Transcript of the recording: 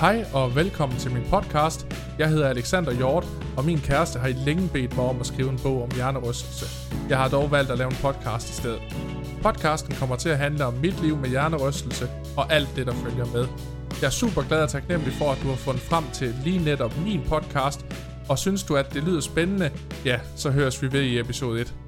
Hej og velkommen til min podcast. Jeg hedder Alexander Hjort, og min kæreste har i længe bedt mig om at skrive en bog om hjernerystelse. Jeg har dog valgt at lave en podcast i stedet. Podcasten kommer til at handle om mit liv med hjernerystelse og alt det, der følger med. Jeg er super glad og taknemmelig for, at du har fundet frem til lige netop min podcast, og synes du, at det lyder spændende, ja, så høres vi ved i episode 1.